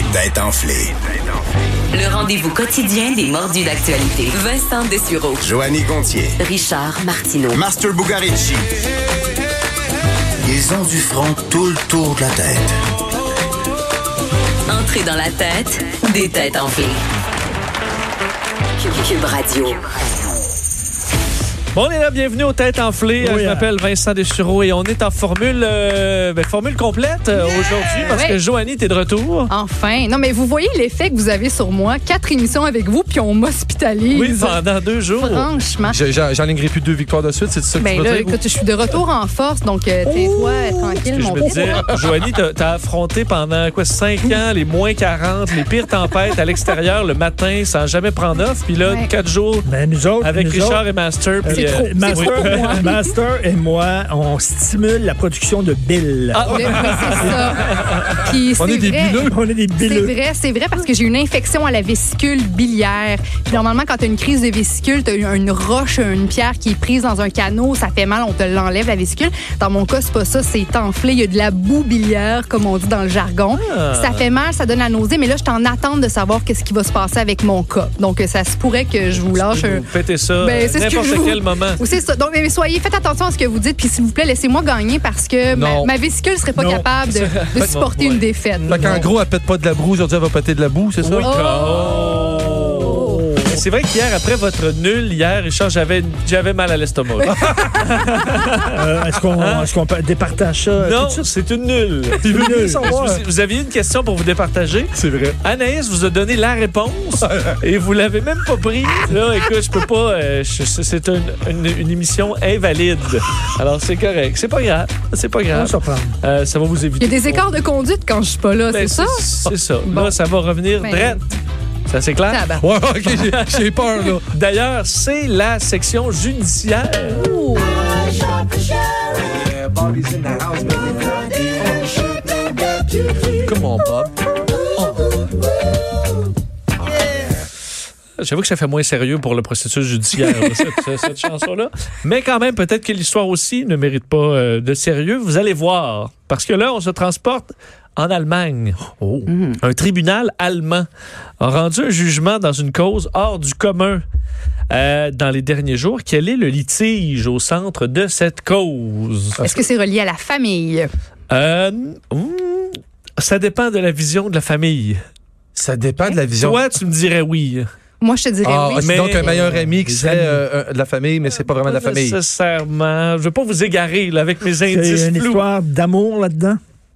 Tête enflée. Le rendez-vous quotidien des mordus d'actualité. Vincent Dessureau. Joanny Gontier. Richard Martineau. Master Bugarici. Ils ont du front tout le tour de la tête. Entrée dans la tête des têtes enflées. Cube Radio. Bon, on est là, bienvenue aux Têtes enflées. Je m'appelle Vincent Dessureau et on est en formule complète aujourd'hui parce que Joanny, t'es de retour. Enfin. Non, mais vous voyez l'effet que vous avez sur moi. 4 émissions avec vous, puis on m'hospitalise. Oui, pendant 2 jours. Franchement. J'en ai grillé plus de 2 victoires de suite, c'est ça que tu veux dire? Écoute, je suis de retour en force, donc tais-toi, tranquille, mon Je veux dire, Joanny, t'as affronté pendant 5 ans les moins 40, les pires tempêtes à l'extérieur le matin sans jamais prendre off. Puis là, 4 jours avec Richard et Master. Master et moi, on stimule la production de bile. Oui, c'est ça. Puis On est des bileux. On est des bileux. C'est vrai parce que j'ai une infection à la vésicule biliaire. Puis normalement, quand tu as une crise de vésicule, tu as une roche, une pierre qui est prise dans un canot, ça fait mal, on te l'enlève, la vésicule. Dans mon cas, c'est pas ça, c'est enflé. Il y a de la boue biliaire, comme on dit dans le jargon. Ça fait mal, ça donne la nausée, mais là, je suis en attente de savoir qu'est-ce qui va se passer avec mon cas. Donc, ça se pourrait que je vous lâche un... Faites ça n'importe quel moment. C'est ça. Donc, mais faites attention à ce que vous dites, puis s'il vous plaît, laissez-moi gagner parce que ma vésicule serait pas capable de supporter une défaite. Fait qu'en gros, elle pète pas de la broue, aujourd'hui, elle va péter de la boue, c'est ça? Oui. C'est vrai qu'hier, après votre nul, Richard, j'avais mal à l'estomac. Est-ce qu'on départage ça? Non, c'est une nulle. Vous aviez une question pour vous départager. C'est vrai. Anaïs vous a donné la réponse et vous l'avez même pas pris. Là, écoute, je peux pas. C'est une émission invalide. Alors, c'est correct. C'est pas grave. Ça va vous éviter. Il y a des écarts de conduite quand je suis pas là, c'est ça? C'est ça. Bon. Là, ça va revenir direct. Ça, c'est clair? Ouais, OK, j'ai peur, là. D'ailleurs, c'est la section judiciaire. Ouh. Comme mon Bob. J'avoue que ça fait moins sérieux pour le processus judiciaire, cette chanson-là. Mais quand même, peut-être que l'histoire aussi ne mérite pas de sérieux. Vous allez voir. Parce que là, on se transporte en Allemagne. Un tribunal allemand a rendu un jugement dans une cause hors du commun dans les derniers jours. Quel est le litige au centre de cette cause? Est-ce que c'est relié à la famille? Ça dépend de la vision de la famille. Ça dépend de la vision. Toi, tu me dirais oui. Moi, je te dirais oui. Mais donc, un meilleur ami qui serait de la famille, mais c'est pas vraiment de la famille. Nécessairement. Je veux pas vous égarer là, avec mes indices C'est une flous. histoire d'amour là-dedans?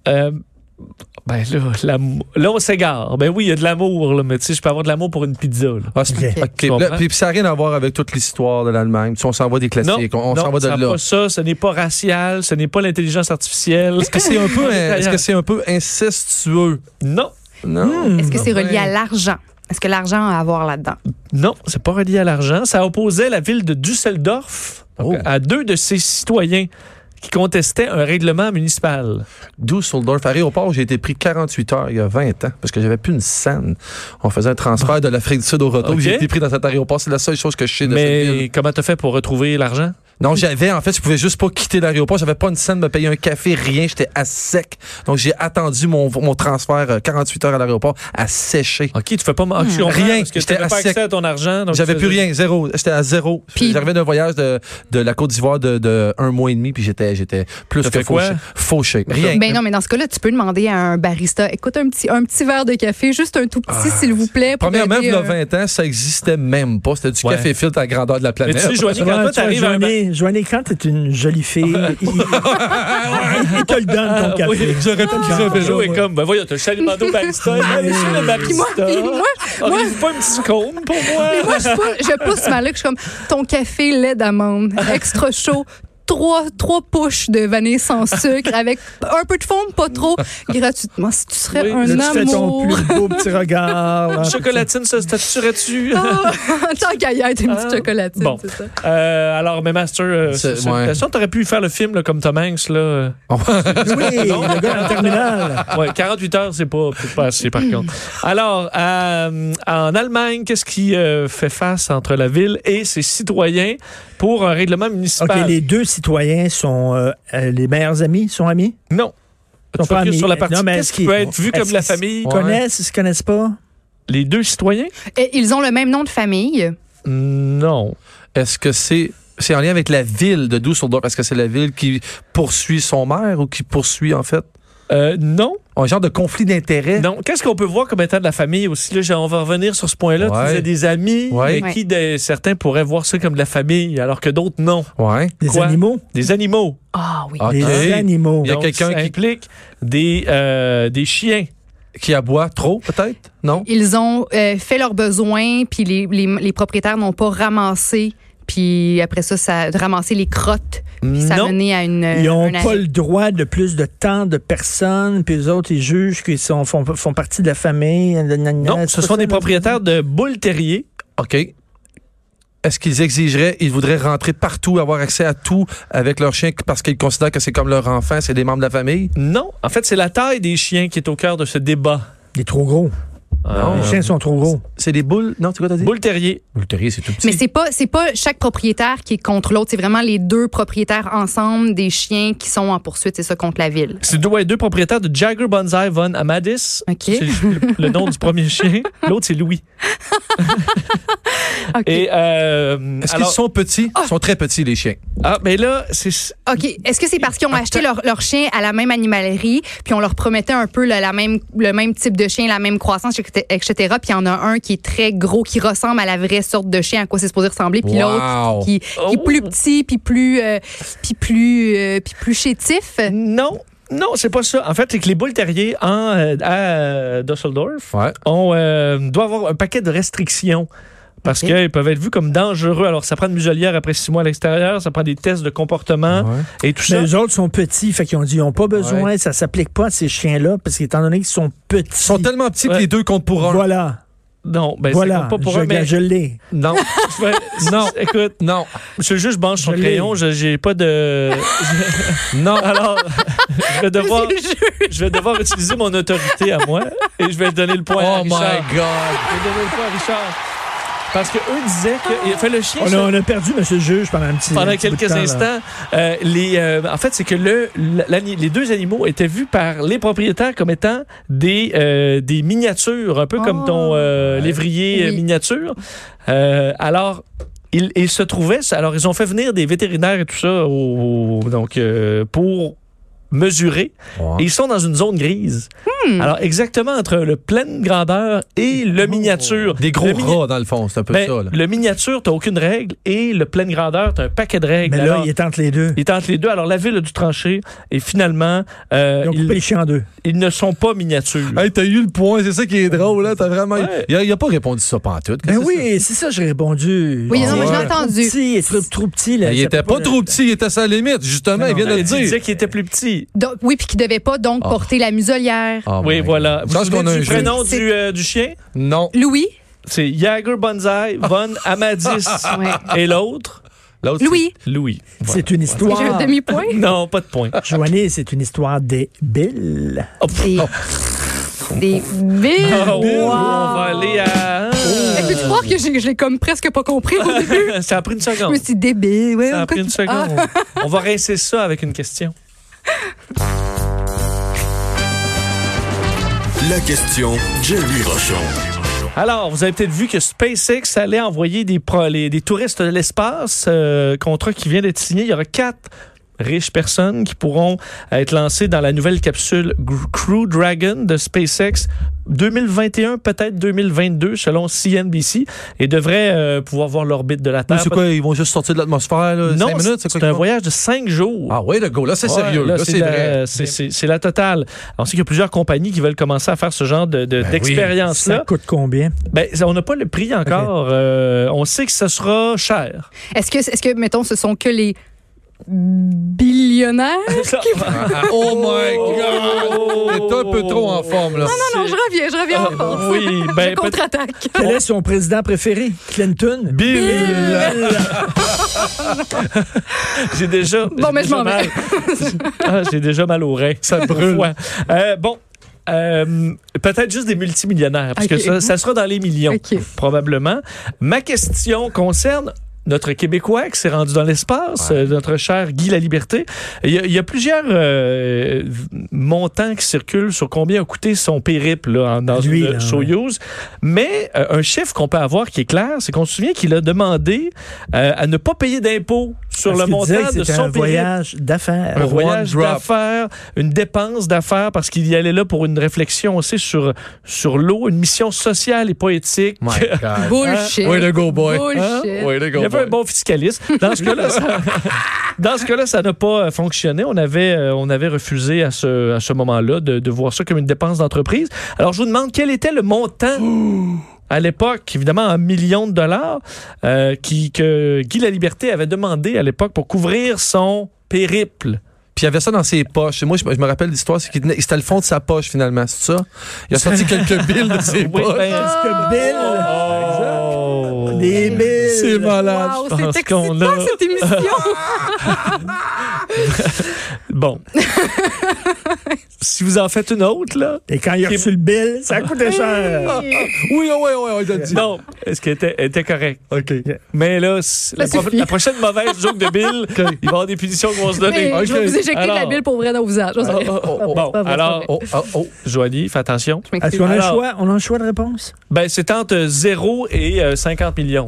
Là, on s'égare. Ben oui, il y a de l'amour, là, mais tu sais, je peux avoir de l'amour pour une pizza. Là. OK. Là, puis ça n'a rien à voir avec toute l'histoire de l'Allemagne. Tu sais, on s'envoie des classiques. On s'en va de là. Non, pas ça. Ce n'est pas racial. Ce n'est pas l'intelligence artificielle. Est-ce que c'est un peu incestueux? Non. Est-ce que c'est relié à l'argent? Est-ce que l'argent a à voir là-dedans? Non, c'est pas relié à l'argent. Ça opposait la ville de Düsseldorf à 2 de ses citoyens qui contestaient un règlement municipal. Düsseldorf, aéroport, j'ai été pris 48 heures il y a 20 ans parce que j'avais plus une scène. On faisait un transfert de l'Afrique du Sud au retour. J'ai été pris dans cet aéroport. C'est la seule chose que je sais de cette ville. Mais comment t'as fait pour retrouver l'argent? Non, je pouvais juste pas quitter l'aéroport. J'avais pas une scène de me payer un café, rien. J'étais à sec. Donc, j'ai attendu mon transfert 48 heures à l'aéroport à sécher. OK, tu fais pas rien. Parce que tu n'avais pas accès à ton argent. Donc j'avais plus rien, zéro. J'étais à zéro. J'arrivais d'un voyage de la Côte d'Ivoire de 1 mois et demi, puis j'étais plus que fauché. Rien. Ben non, mais dans ce cas-là, tu peux demander à un barista, écoute, un petit verre de café, juste un tout petit, s'il vous plaît. Premièrement, il y a 20 ans, ça existait même pas. C'était du café filtre à la grandeur de la planète. Mais tu sais, Joanny, quand toi, t'arrives à Joanny, quand t'es une jolie fille, il te le donne, ton café. Oui, j'aurais pas pu Joe est comme, ben voyons, t'as chalimando barista. Monsieur le barista. Auriez-vous pas un petit cône pour moi? Mais moi, je pousse ma luck, je suis comme, ton café lait d'amande, extra chaud, 3 pushs de vanille sans sucre avec un peu de fond, pas trop, gratuitement. Si tu serais un tu amour. fais ton plus beau petit regard. Chocolatine, ça, t'assurerais-tu? Tant qu'à y être une petite chocolatine, bon. c'est ça. Alors, mais Master, c'est une question. T'aurais pu faire le film là, comme Tom Hanks. Là. Oui, le gars en terminale. Ouais, 48 heures, c'est pas assez, par contre. Alors, en Allemagne, qu'est-ce qui fait face entre la ville et ses citoyens pour un règlement municipal? OK, les deux citoyens sont les meilleurs amis, sont amis? Non. Tu focuses sur la partie. Qu'est-ce qui peut être vu comme la famille? Ils connaissent pas? Les deux citoyens? Ils ont le même nom de famille? Non. Est-ce que c'est en lien avec la ville de Düsseldorf? Est-ce que c'est la ville qui poursuit son maire ou qui poursuit, en fait? Non. Un genre de conflit d'intérêts? Non. Qu'est-ce qu'on peut voir comme étant de la famille aussi? Là, on va revenir sur ce point-là. Tu disais des amis, mais qui certains pourraient voir ça comme de la famille, alors que d'autres, non. Ouais. Des animaux? Des animaux. Ah oui. Okay. Des animaux. Il y a quelqu'un qui implique des chiens. Qui aboient trop, peut-être? Non? Ils ont fait leurs besoins, puis les propriétaires n'ont pas ramassé. Puis après ça a ramassé les crottes. Puis ça a mené à une... Ils n'ont pas le droit de plus de tant de personnes. Puis les autres, ils jugent qu'ils font partie de la famille. Non, ce sont des propriétaires de boules terriers. OK. Est-ce qu'ils ils voudraient rentrer partout, avoir accès à tout avec leurs chiens parce qu'ils considèrent que c'est comme leur enfant, c'est des membres de la famille? Non. En fait, c'est la taille des chiens qui est au cœur de ce débat. Il est trop gros. Les chiens sont trop gros. C'est des boules? Non, c'est quoi t'as dit? Boules terriers. Boules terriers, c'est tout petit. Mais c'est pas chaque propriétaire qui est contre l'autre. C'est vraiment les deux propriétaires ensemble des chiens qui sont en poursuite. C'est ça, contre la ville. C'est deux propriétaires de Jagger Bonsai von Amadis. Okay. C'est le nom du premier chien. L'autre, c'est Louis. Okay. Et est-ce qu'ils sont petits? Ils sont très petits, les chiens. Ah, mais là, c'est... OK. Est-ce que c'est parce qu'ils ont acheté leur chien à la même animalerie, puis on leur promettait un peu le même type de chien, la même croissance, etc. Puis il y en a un qui est très gros, qui ressemble à la vraie sorte de chien, à quoi c'est supposé ressembler, puis l'autre qui est plus petit, puis plus chétif? Non, c'est pas ça. En fait, c'est que les boules terriers à Düsseldorf doivent avoir un paquet de restrictions. Parce qu'ils peuvent être vus comme dangereux. Alors, ça prend une muselière après 6 mois à l'extérieur, ça prend des tests de comportement et tout ça. Mais les autres sont petits, fait qu'ils ont dit qu'ils n'ont pas besoin, ça s'applique pas à ces chiens-là, parce qu'étant donné qu'ils sont petits. Ils sont tellement petits que les deux comptent pour un. Voilà. Non, voilà, c'est pas pour mais... je l'ai. Non. Non, écoute. Non. Monsieur le juge banche son crayon, j'ai pas de... Non. Alors, je vais devoir utiliser mon autorité à moi et je vais donner le point à Richard. Oh my God. Je vais donner le point à Richard. Parce qu'eux disaient que le chien... On a perdu M. le juge pendant quelques instants. En fait, c'est que les deux animaux étaient vus par les propriétaires comme étant des miniatures, un peu comme ton lévrier miniature. Alors... Ils se trouvaient... Alors, ils ont fait venir des vétérinaires et tout ça pour mesurés. Et ils sont dans une zone grise. Alors, exactement entre le pleine grandeur et le miniature. Des gros rats, dans le fond, c'est un peu ça. Là. Le miniature, t'as aucune règle, et le pleine grandeur, t'as un paquet de règles. Mais là, il est entre les deux. Il est entre les deux. Alors, la ville a dû trancher, et finalement... ils ont coupé les chiens en deux. Ils ne sont pas miniatures. Hey, t'as eu le point, c'est ça qui est drôle, là. T'as vraiment... Il a pas répondu ça pantoute. Ben oui, c'est ça, j'ai répondu. Oui, non, mais je l'ai entendu. Il est trop petit, là. Il était pas trop petit, il était à sa limite, justement, il vient de le dire. Il disait qu'il était plus petit. Oui, puis qu'il devait pas, donc, porter la muselière. Oui, voilà. Je pense qu'on a un prénom du chien? Non. Louis. C'est Jagger Bonsai von Amadis. Et l'autre? Louis. Louis. Voilà. C'est une histoire. J'ai un demi-point? Non, pas de point. Joanie, c'est une histoire débile. Des billes. On va aller à... Peux-tu croire que je l'ai comme presque pas compris au début? Ça a pris une seconde. Je me suis dit débile. Ouais, ça a pris une seconde. On va rincer ça avec une question. La question Jerry Rochon. Alors, vous avez peut-être vu que SpaceX allait envoyer des touristes de l'espace, contrat qui vient d'être signé. Il y aura 4 riches personnes qui pourront être lancées dans la nouvelle capsule Crew Dragon de SpaceX 2021, peut-être 2022, selon CNBC, et devraient pouvoir voir l'orbite de la Terre. Mais c'est quoi, ils vont juste sortir de l'atmosphère, là, non, 5 minutes? C'est un voyage de 5 jours. Ah oui, le go, là, c'est sérieux. Là, c'est vrai. C'est la totale. On sait qu'il y a plusieurs compagnies qui veulent commencer à faire ce genre d'expérience-là. Ça coûte combien? On n'a pas le prix encore. Okay. On sait que ce sera cher. Est-ce que, mettons, ce sont que les billionnaire. Oh my God! T'es un peu trop en forme, là. Non, je reviens en forme. Oui, je contre-attaque. Quel est son président préféré? Clinton? Bill! J'ai déjà... Bon, mais je m'en vais. J'ai déjà mal au rein. Ça brûle. Peut-être juste des multimillionnaires, parce que ça sera dans les millions, probablement. Ma question concerne notre Québécois qui s'est rendu dans l'espace, notre cher Guy Laliberté. Il y a plusieurs montants qui circulent sur combien a coûté son périple là, dans une Soyouz. Mais un chiffre qu'on peut avoir qui est clair, c'est qu'on se souvient qu'il a demandé à ne pas payer d'impôts sur le montant de son périple. Voyage d'affaires. Un voyage d'affaires, une dépense d'affaires, parce qu'il y allait là pour une réflexion aussi sur l'eau, une mission sociale et poétique. Bullshit. Way to go, boy. Bullshit. Way to go, Il y avait un bon fiscaliste. Dans ce cas-là, ça n'a pas fonctionné. On avait refusé à ce moment-là de voir ça comme une dépense d'entreprise. Alors, je vous demande quel était le montant à l'époque, évidemment en millions de dollars, que Guy Laliberté avait demandé à l'époque pour couvrir son périple. Puis il y avait ça dans ses poches. Moi, je me rappelle l'histoire, c'était le fond de sa poche, finalement. C'est ça? Il a sorti quelques billes de ses poches. Quelques billes. Des billes. C'est malade. Wow, c'est excitant, cette émission. Bon. Si vous en faites une autre, là. Et quand il a reçu le bill, ça a coûté cher. Oui, on a dit. Non, est-ce qu'elle était correcte? OK. Mais là, la prochaine mauvaise joke de Bill, il va y avoir des punitions qui vont se donner. Je vais vous éjecter de la bille pour vrai dans le visage. Bon, alors, Joanie, fais attention. Est-ce qu'on a un choix de réponse? Ben, c'est entre 0 et 50 millions.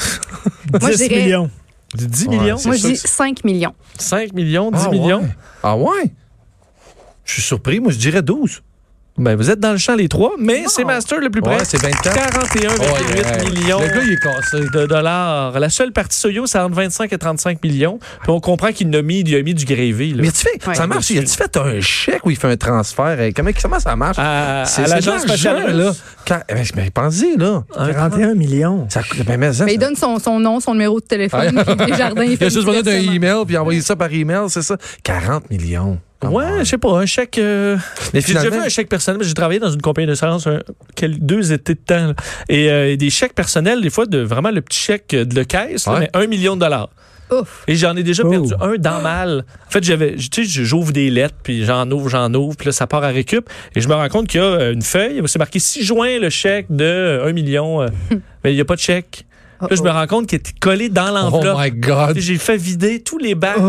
10 millions. 10 millions? Moi, je dis 5 millions. 5 millions, 10 millions? Ouais. Ah ouais? Je suis surpris. Moi, je dirais 12. Ben, vous êtes dans le champ les trois, mais c'est Master le plus près. Ouais, c'est 24. 41,8 millions le gars, il est cassé. de dollars. La seule partie Soyouz, c'est entre 25 et 35 millions. Puis on comprend qu'il a mis du gravy. Là. Mais ça marche. Il a-tu fait un chèque ou il fait un transfert? Comment ça marche? À l'agence spatiale là. Mais pensez, là. 41 millions. Mais il donne son nom, son numéro de téléphone, puis Desjardins. Il a juste besoin d'un email, puis envoyer ça par email, c'est ça? 40 millions. Ouais, je sais pas, un chèque. Mais j'ai déjà vu un chèque personnel, mais j'ai travaillé dans une compagnie d'assurance 2 étés de temps. Là. Et des chèques personnels, des fois, vraiment le petit chèque de caisse, là, mais 1 million de dollars. Ouf. Et j'en ai déjà perdu un dans mal. En fait, j'ouvre des lettres, puis j'en ouvre, puis là, ça part à récup. Et je me rends compte qu'il y a une feuille, c'est marqué 6 juin, le chèque de 1 million. Mais il n'y a pas de chèque. Là, je me rends compte qu'il était collé dans l'enveloppe. Oh my God! J'ai fait vider tous les bacs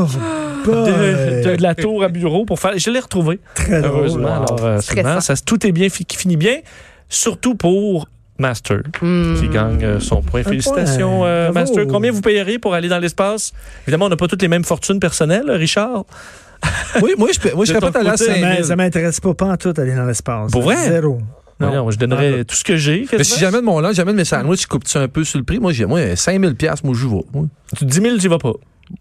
de la tour à bureau pour faire. Je l'ai retrouvé. Très heureusement. Alors, tout est bien qui finit bien, surtout pour Master, qui gagne son point. Félicitations, Master. Combien vous payeriez pour aller dans l'espace? Évidemment, on n'a pas toutes les mêmes fortunes personnelles, Richard. Oui, moi, je serais pas allé à 5 000. Ça m'intéresse pas en tout aller dans l'espace. Pour vrai? 0. Non, je donnerais tout ce que j'ai. Mais si j'amène mon lunch, j'amène mes sandwichs, je coupe-tu un peu sur le prix? Moi, 5 000 $, moi, je vais. 10 000, tu y vas pas.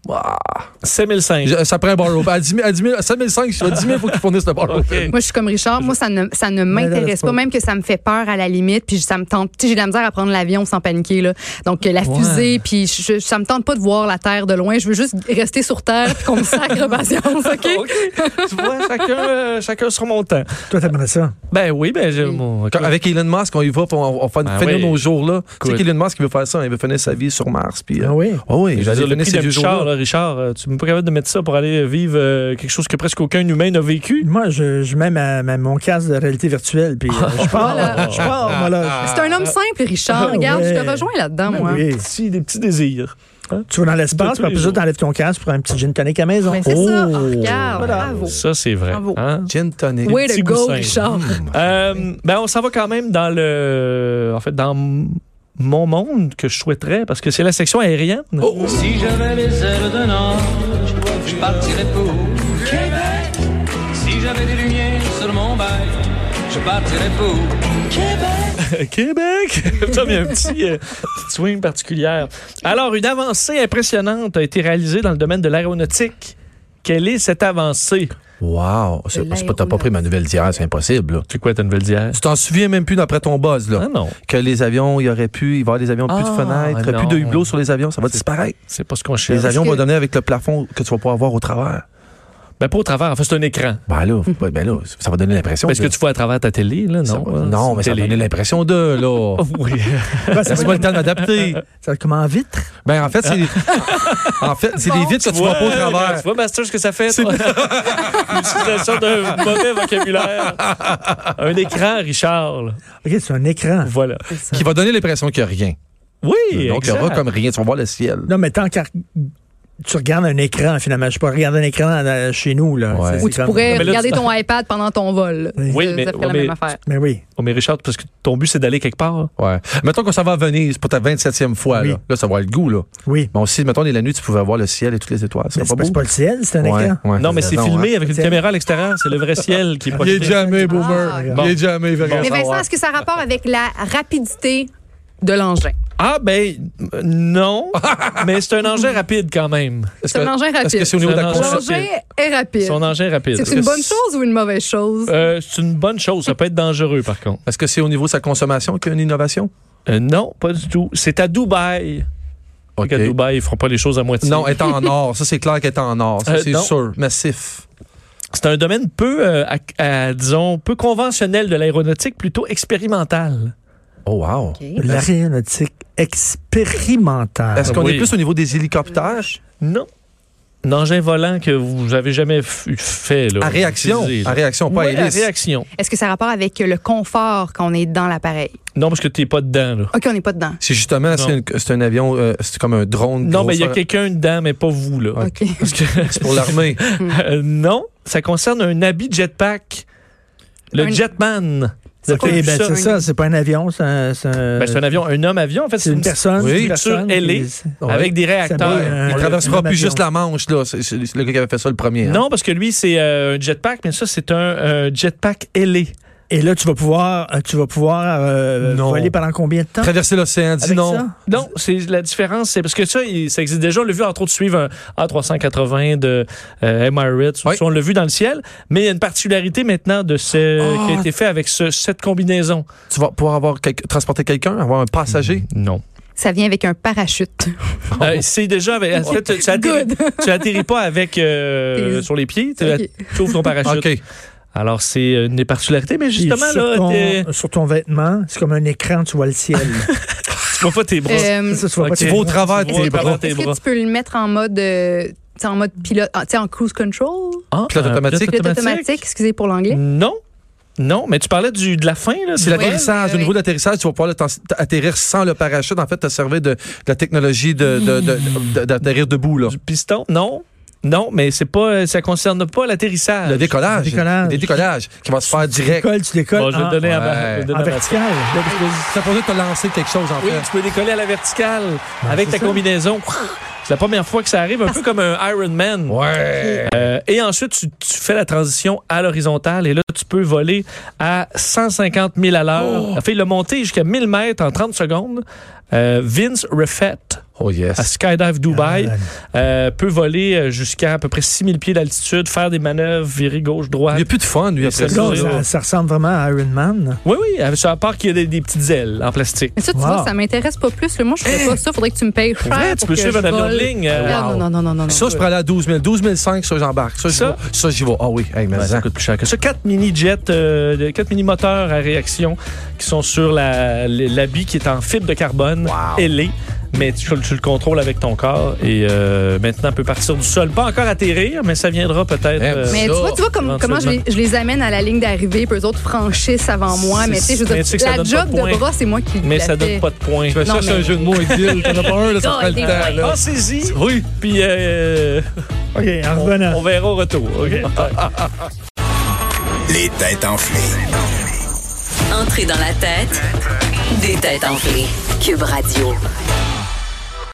7 500. Ça prend un borrow. À 10 000, 7 500, je 10 000, il faut qu'ils fournissent le borrow. Okay. Moi, je suis comme Richard. Moi, ça ne m'intéresse pas. Même que ça me fait peur à la limite. Puis ça me tente. J'ai de la misère à prendre l'avion sans paniquer. Là. Donc, la fusée. Puis ça me tente pas de voir la Terre de loin. Je veux juste rester sur Terre puis qu'on me sacre patience. OK? Tu vois, chacun sur mon temps. Toi, t'aimerais ça? Ben oui. Avec Elon Musk, on y va pour on va finir nos jours là. Tu sais qu'Elon Musk, il veut faire ça. Il veut finir sa vie sur Mars. Puis, oui. Oui, je veux dire, le prix de Richard, Richard, tu n'es pas capable de mettre ça pour aller vivre quelque chose que presque aucun humain n'a vécu? Moi, je mets mon casque de réalité virtuelle, puis je pars. C'est un homme simple, Richard. Regarde, je te rejoins là-dedans, moi. Oui. Des petits désirs. Hein? Tu vas dans l'espace, puis après ça, t'enlèves ton casque pour un petit gin tonic à la maison. Ben, c'est ça. Regarde, bravo. Ça, c'est vrai. Hein? Gin tonic. Way to go, Richard. On s'en va quand même dans dans mon monde que je souhaiterais, parce que c'est la section aérienne. Si j'avais les ailes d'un ange, je partirais pour Québec. Si j'avais des lumières sur mon bail, je partirais pour Québec. Québec! Ça, il y a un petit swing particulière. Alors, une avancée impressionnante a été réalisée dans le domaine de l'aéronautique. Quelle est cette avancée? Wow! T'as pas pris ma nouvelle d'hier, c'est impossible. Là. C'est quoi ta nouvelle d'hier? Tu t'en souviens même plus d'après ton buzz, là? Ah non. Que les avions, il y va y avoir des avions plus de fenêtres, plus de hublots sur les avions, ça va disparaître. C'est pas ce qu'on cherche. Les avions vont donner avec le plafond que tu vas pouvoir voir au travers. Ben, pas au travers. En fait, c'est un écran. Ben là, ça va donner l'impression. Est-ce que tu vois à travers ta télé, là? Non, mais ça va donner l'impression de, là. Oui. Laisse-moi le temps d'adapter. Ça va être comme en vitre? Ben, en fait, c'est des vitres que tu vois pas au travers. Tu vois, Master, ce que ça fait? L'utilisation d'un mauvais vocabulaire. Un écran, Richard. Là. OK, c'est un écran. Voilà. Qui va donner l'impression qu'il n'y a rien. Oui, Donc, il y aura exact. comme rien. Tu vas voir le ciel. Non, mais tant qu'à tu regardes un écran, finalement. Je peux regarder un écran chez nous, là. Ouais. Ou tu pourrais Mais là, regarder ton iPad pendant ton vol. Oui, mais- ça ferait la mais- même affaire. Mais oui. Oh, mais Richard, parce que ton but, c'est d'aller quelque part. Ouais. Mettons qu'on s'en va à Venise pour ta 27e fois. Oui. Là, ça va être le goût. Là. Oui. Bon, si, mettons, la nuit, tu pouvais voir le ciel et toutes les étoiles. Mais C'est pas c'est beau? pas le ciel, c'est un écran. Ouais, Non, mais c'est raison, filmé hein. avec une Tiens. caméra à l'extérieur. C'est le vrai ciel qui est Il est projeté. jamais, Boomer. Ah, bon. Il est jamais, Mais Vincent, est-ce que ça a rapport avec la rapidité de l'engin? Ah, ben, non. Mais c'est un engin rapide quand même. C'est un engin Est-ce rapide. que c'est au niveau de la C'est un engin construction? L'engin est rapide. Son engin rapide. C'est une bonne chose ou une mauvaise chose? C'est une bonne chose. Ça peut être dangereux, par contre. Est-ce que c'est au niveau de sa consommation qu'il y a une innovation? Non, pas du tout. C'est à Dubaï. OK. À Dubaï, ils feront pas les choses à moitié. Non, elle est en or. Ça, c'est clair qu'elle est en or. Ça, c'est non. sûr. Massif. C'est un domaine peu, disons, peu conventionnel de l'aéronautique, plutôt expérimental. Oh, wow. OK. L'aéronautique expérimentale. Est-ce qu'on Oui. est plus au niveau des hélicoptères? Non. Un engin volant que vous avez jamais fait. Là, À réaction. utilisé, là. À réaction, pas à Ouais, à hélice. réaction. Est-ce que ça a rapport avec le confort quand on est dans l'appareil? Non, parce que tu n'es pas dedans. Là. OK, on n'est pas dedans. C'est justement, c'est un avion, c'est comme un drone. Non, gros, mais il y a ça- quelqu'un dedans, mais pas vous. Là. OK. Parce que, C'est pour l'armée. non, ça concerne un habit jetpack. Le Un- Jetman. C'est quoi? Eh ben, Ça, c'est ça, c'est pas un avion, c'est un Ben, c'est un avion, un homme-avion. En fait, c'est une personne. Oui. c'est une structure personne ailée qui- avec des réacteurs. Ça brille, Il un- traversera un plus avion. juste la Manche, là. C'est le gars qui avait fait ça le premier. hein. Non, parce que lui, c'est un jetpack, mais ça, c'est un jetpack ailé. Et là, tu vas pouvoir Non. voler pendant combien de temps? Traverser l'océan, dis Avec non. ça? Non, c'est la différence, c'est parce que ça, ça existe déjà. On l'a vu entre autres suivre un A380 de Emirates. Oui. Ça, on l'a vu dans le ciel. Mais il y a une particularité maintenant de ce qui a été fait avec cette combinaison. Tu vas pouvoir transporter quelqu'un, avoir un passager. Non. Ça vient avec un parachute. C'est déjà avec. En fait, tu atterris pas avec sur les pieds. Ok. Tu ouvres ton parachute. OK. Alors, c'est une des particularités, mais Puis justement, là, sur ton vêtement, c'est comme un écran, tu vois le ciel. tu vois pas tes bras. C'est ça, tu vois Ok. pas Tu vas au travers de Tu vois tes au travers bras. de tes Est-ce que bras. tu peux le mettre en mode, pilote, en cruise control? Ah, Pilote un automatique. Pilote automatique, excusez pour l'anglais. Non. Non, mais tu parlais de la fin, là. C'est du vol. l'atterrissage. Au oui. niveau de l'atterrissage, tu vas pouvoir atterrir sans le parachute. En fait, tu as servi de la technologie d'atterrir debout. Là. Du piston? Non. Non, mais c'est pas, ça concerne pas l'atterrissage. Le décollage. Le décollage. Le décollage qui va se faire direct. Tu décolles Bon, je vais te donner ouais. je vais te donner en à ma- vertical. Ça pourrait te lancer quelque chose, en Oui, fait. tu peux décoller à la verticale avec c'est ta ça. combinaison. C'est la première fois que ça arrive, un peu comme un Iron Man. Ouais. Et ensuite, tu fais la transition à l'horizontale et là, tu peux voler à 150 000 à l'heure. En fait, il a monté jusqu'à 1000 mètres en 30 secondes. Vince Refett Oh, yes. à Skydive Dubai peut voler jusqu'à à peu près 6000 pieds d'altitude, faire des manœuvres, virer gauche-droite. Il n'y a plus de fun, lui, après C'est ça. Non, ça. ça ressemble vraiment à Iron Man. Oui, à part qu'il y a des petites ailes en plastique. Mais ça, tu Wow. vois, ça m'intéresse pas plus. Là. Moi, je ferais pas ça. Faudrait que tu me payes cher. Ouais, tu pour peux que suivre un je avion de vole. ligne. Ah, non. Ça, je pourrais aller à 12 000. 12 500, ça, j'embarque. Ça, j'y vais. Ah oui, hey, mais Ça coûte plus cher que ça. 4 mini-jets, 4 mini-moteurs à réaction qui sont sur l'habit qui est en fibre de carbone ailé. Mais tu le contrôles avec ton corps et maintenant peut partir du sol. Pas encore atterrir, mais ça viendra peut-être. Mais tu vois comment je les amène à la ligne d'arrivée, puis eux autres franchissent avant moi. Mais tu sais, je veux Mais tu sais que dire, ça la donne pas job de de points. bras, c'est moi qui Mais la ça fais. donne pas de points. Ça, Non, c'est un mais- jeu de mots avec Bill. T'en as pas un, là, ça prend le temps, là. Pensez-y. Oui. Puis OK, en revenant. on verra au retour. OK? Les têtes enflées. Entrée dans la tête des têtes enflées. Cube Radio.